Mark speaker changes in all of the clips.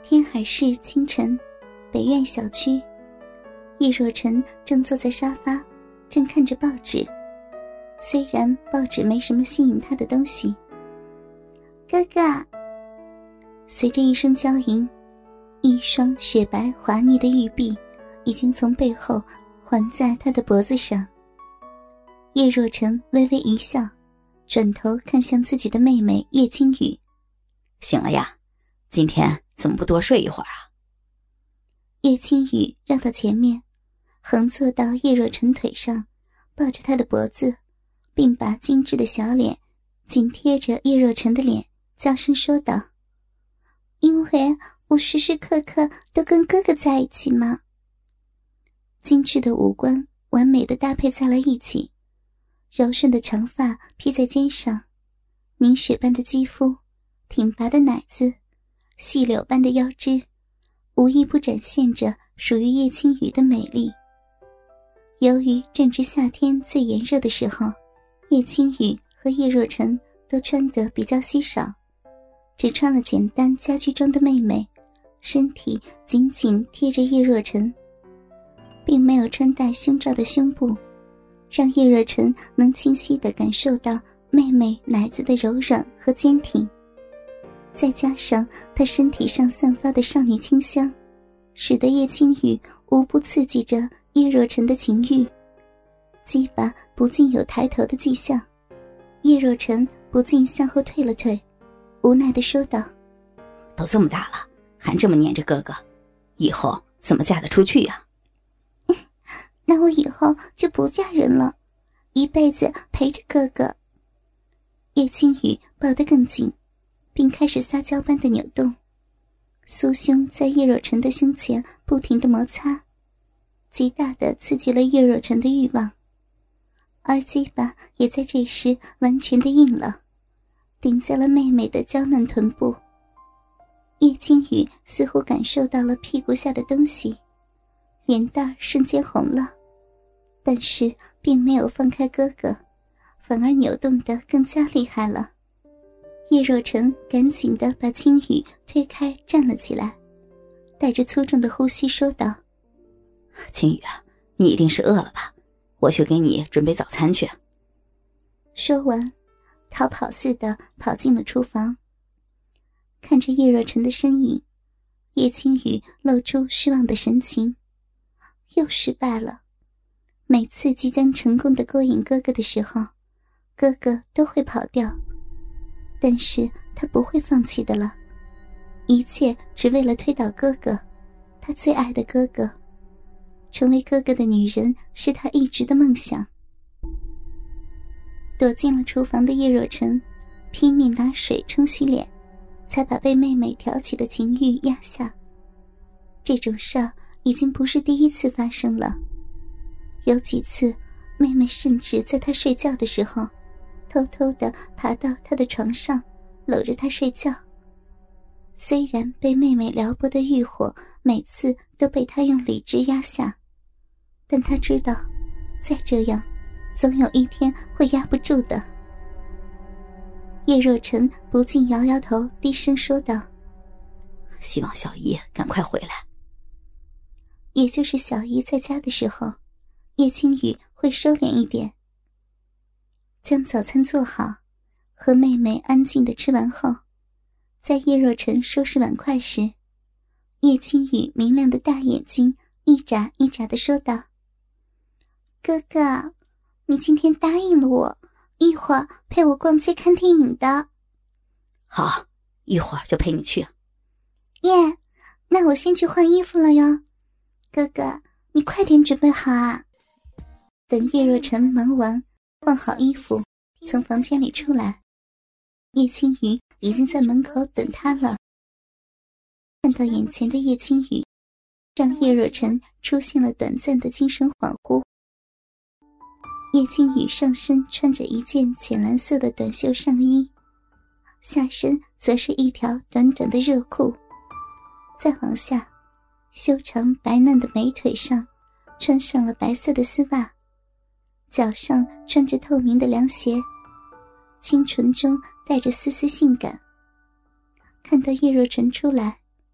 Speaker 1: 天海市清晨，北苑小区，叶若晨正坐在沙发，正看着报纸。虽然报纸没什么吸引他的东西。哥哥，随着一声娇吟，一双雪白滑腻的玉臂已经从背后环在他的脖子上。叶若晨微微一笑，转头看向自己的妹妹叶青雨。
Speaker 2: 醒了呀，今天怎么不多睡一会儿啊？
Speaker 1: 叶青雨绕到前面，横坐到叶若晨腿上，抱着她的脖子，并把精致的小脸紧贴着叶若晨的脸，娇声说道：因为我时时刻刻都跟哥哥在一起嘛。精致的五官完美的搭配在了一起，柔顺的长发披在肩上，凝雪般的肌肤，挺拔的奶子，细柳般的腰肢，无一不展现着属于叶青雨的美丽。由于正值夏天最炎热的时候，叶青雨和叶若晨都穿得比较稀少，只穿了简单家居装的妹妹身体紧紧贴着叶若晨，并没有穿戴胸罩的胸部，让叶若晨能清晰地感受到妹妹奶子的柔软和坚挺。再加上她身体上散发的少女清香，使得叶青雨无不刺激着叶若晨的情欲。鸡巴不禁有抬头的迹象，叶若晨不禁向后退了退，无奈地说道：
Speaker 2: 都这么大了，还这么黏着哥哥，以后怎么嫁得出去呀？
Speaker 1: 那我以后就不嫁人了，一辈子陪着哥哥。叶青雨抱得更紧，并开始撒娇般的扭动，酥胸在叶若晨的胸前不停地摩擦，极大地刺激了叶若晨的欲望。而鸡巴也在这时完全的硬了，顶在了妹妹的娇嫩臀部。叶青雨似乎感受到了屁股下的东西，脸蛋瞬间红了，但是并没有放开哥哥，反而扭动得更加厉害了。叶若晨赶紧地把青雨推开，站了起来，带着粗重的呼吸说道：
Speaker 2: 青雨啊，你一定是饿了吧，我去给你准备早餐去。
Speaker 1: 说完，逃跑似的跑进了厨房。看着叶若晨的身影，叶青雨露出失望的神情，又失败了。每次即将成功的勾引哥哥的时候，哥哥都会跑掉，但是他不会放弃的了，一切只为了推倒哥哥，他最爱的哥哥。成为哥哥的女人是他一直的梦想。躲进了厨房的叶若晨拼命拿水冲洗脸，才把被妹妹挑起的情欲压下。这种事儿已经不是第一次发生了，有几次妹妹甚至在他睡觉的时候偷偷地爬到他的床上，搂着他睡觉。虽然被妹妹撩拨的欲火每次都被他用理智压下，但他知道再这样总有一天会压不住的。叶若晨不禁摇摇头，低声说道：
Speaker 2: 希望小姨赶快回来。
Speaker 1: 也就是小姨在家的时候，叶青雨会收敛一点。将早餐做好，和妹妹安静地吃完后，在叶若晨收拾碗筷时，叶青雨明亮的大眼睛一眨一眨地说道：哥哥，你今天答应了我，一会儿陪我逛街看电影的。
Speaker 2: 好，一会儿就陪你去。
Speaker 1: 耶，那我先去换衣服了哟。哥哥，你快点准备好啊。等叶若晨忙完换好衣服从房间里出来，叶青雨已经在门口等他了。看到眼前的叶青雨，让叶若晨出现了短暂的精神恍惚。叶青雨上身穿着一件浅蓝色的短袖上衣，下身则是一条短短的热裤，再往下，修长白嫩的美腿上穿上了白色的丝袜，脚上穿着透明的凉鞋，清纯中带着丝丝性感。看到叶若晨出来，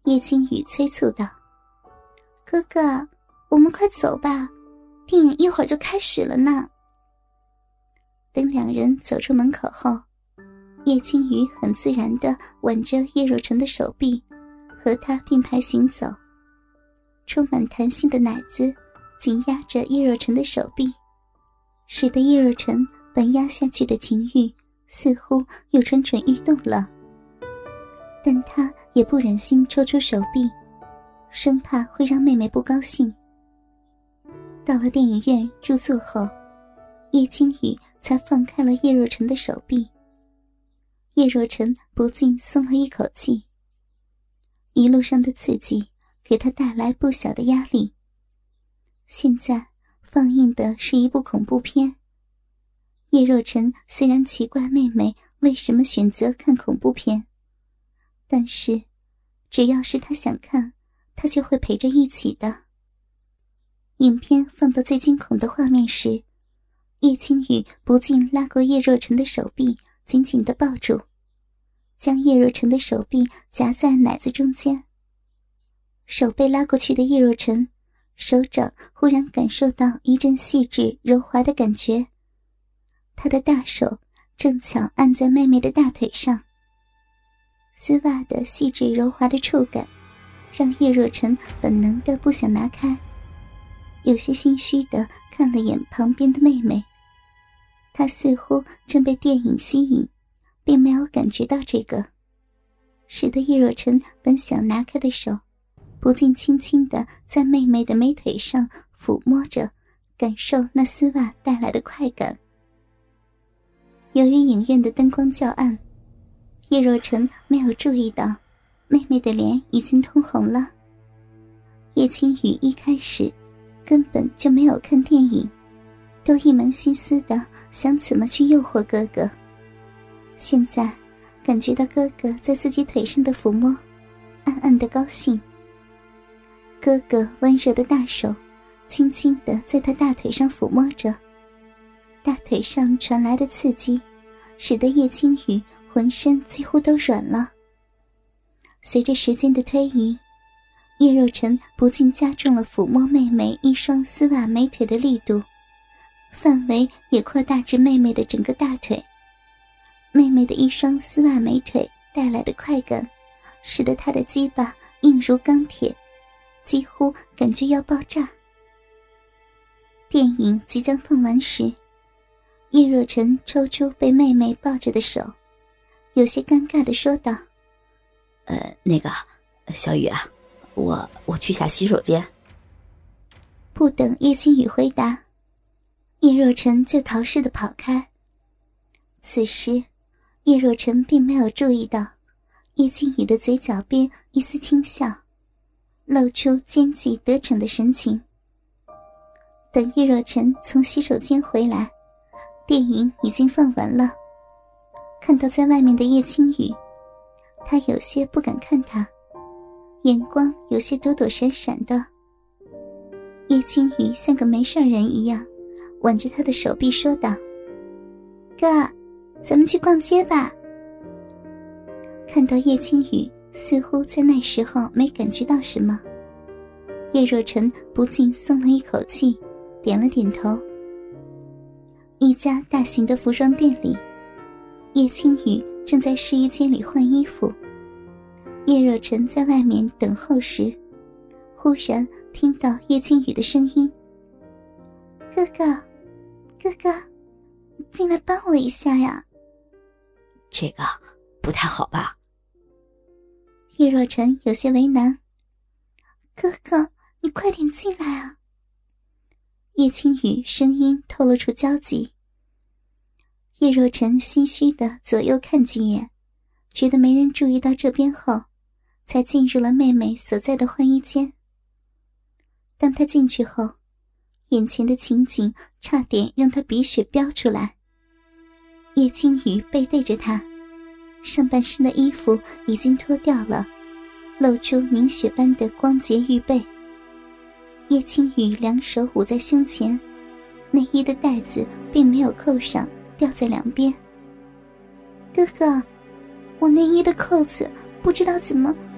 Speaker 1: 叶青雨催促道：“哥哥，我们快走吧，电影一会儿就开始了呢。”等两人走出门口后，叶青雨很自然地挽着叶若晨的手臂，和他并排行走。充满弹性的奶子紧压着叶若晨的手臂，使得叶若晨本压下去的情欲似乎又蠢蠢欲动了。但他也不忍心抽出手臂，生怕会让妹妹不高兴。到了电影院入座后，叶青雨才放开了叶若晨的手臂。叶若晨不禁松了一口气，一路上的刺激给他带来不小的压力。现在放映的是一部恐怖片，叶若晨虽然奇怪妹妹为什么选择看恐怖片，但是只要是他想看，他就会陪着一起的。影片放到最惊恐的画面时，叶青雨不禁拉过叶若晨的手臂，紧紧地抱住，将叶若晨的手臂夹在奶子中间。手被拉过去的叶若晨，手掌忽然感受到一阵细致柔滑的感觉，他的大手正巧按在妹妹的大腿上。丝袜的细致柔滑的触感让叶若晨本能地不想拿开，有些心虚地看了眼旁边的妹妹。她似乎正被电影吸引，并没有感觉到这个，使得叶若晨本想拿开的手不禁轻轻地在妹妹的美腿上抚摸着，感受那丝袜带来的快感。由于影院的灯光较暗，叶若晨没有注意到妹妹的脸已经通红了。叶青雨一开始根本就没有看电影，都一门心思的想怎么去诱惑哥哥。现在感觉到哥哥在自己腿上的抚摸，暗暗的高兴。哥哥温热的大手轻轻地在他大腿上抚摸着，大腿上传来的刺激使得叶青雨浑身几乎都软了。随着时间的推移，叶若晨不禁加重了抚摸妹妹一双丝袜美腿的力度，范围也扩大至妹妹的整个大腿。妹妹的一双丝袜美腿带来的快感使得她的鸡巴硬如钢铁，几乎感觉要爆炸。电影即将放完时，叶若晨抽出被妹妹抱着的手，有些尴尬地说道：“
Speaker 2: 那个，小雨啊，我去下洗手间。”
Speaker 1: 不等叶青雨回答，叶若晨就逃似的跑开。此时，叶若晨并没有注意到叶青雨的嘴角边一丝轻笑，露出奸计得逞的神情。等叶若晨从洗手间回来，电影已经放完了。看到在外面的叶青雨，他有些不敢看他，眼光有些躲躲闪闪的。叶青雨像个没事人一样挽着他的手臂说道：“哥，咱们去逛街吧。”看到叶青雨似乎在那时候没感觉到什么，叶若晨不禁松了一口气，点了点头。一家大型的服装店里，叶青雨正在试衣间里换衣服。叶若晨在外面等候时，忽然听到叶青雨的声音：“哥哥，哥哥，进来帮我一下呀。”
Speaker 2: 这个不太好吧？
Speaker 1: 叶若晨有些为难：“哥哥，你快点进来啊！”叶青雨声音透露出焦急。叶若晨心虚地左右看几眼，觉得没人注意到这边后，才进入了妹妹所在的换衣间。当他进去后，眼前的情景差点让他鼻血飙出来。叶青雨背对着他，上半身的衣服已经脱掉了，露出凝血般的光洁玉背。叶青雨两手捂在胸前，内衣的带子并没有扣上，掉在两边。“哥哥，我内衣的扣子不知道怎么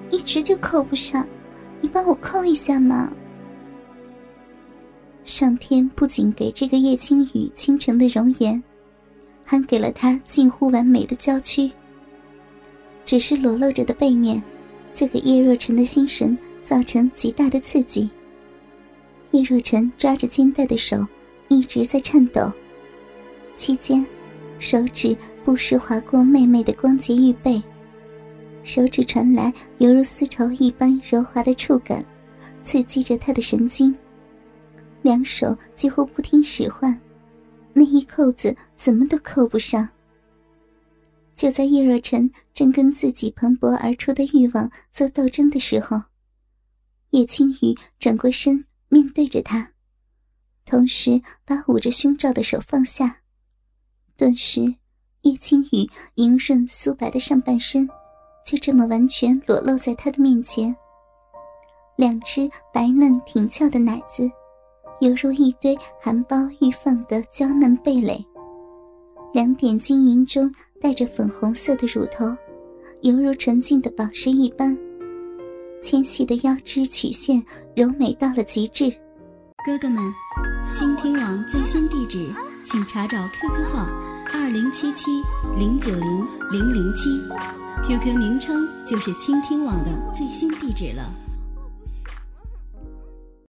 Speaker 1: 一直就扣不上，你帮我扣一下嘛。上天不仅给这个叶青雨倾城的容颜，还给了她近乎完美的娇躯。只是裸露着的背面，就给叶若晨的心神造成极大的刺激。叶若晨抓着肩带的手一直在颤抖，期间手指不时划过妹妹的光洁玉背，手指传来犹如丝绸一般柔滑的触感，刺激着她的神经。两手几乎不听使唤，那一扣子怎么都扣不上。就在叶若晨正跟自己蓬勃而出的欲望做斗争的时候，叶青雨转过身面对着他，同时把捂着胸罩的手放下。顿时叶青雨莹润酥白的上半身就这么完全裸露在他的面前，两只白嫩挺翘的奶子犹如一堆含苞欲放的娇嫩蓓蕾，两点晶莹中带着粉红色的乳头犹如纯净的宝石一般，纤细的腰肢曲线柔美到了极致。
Speaker 3: 哥哥们，倾听网最新地址请查找 QQ 号2077090007， QQ 名称就是倾听网的最新地址了。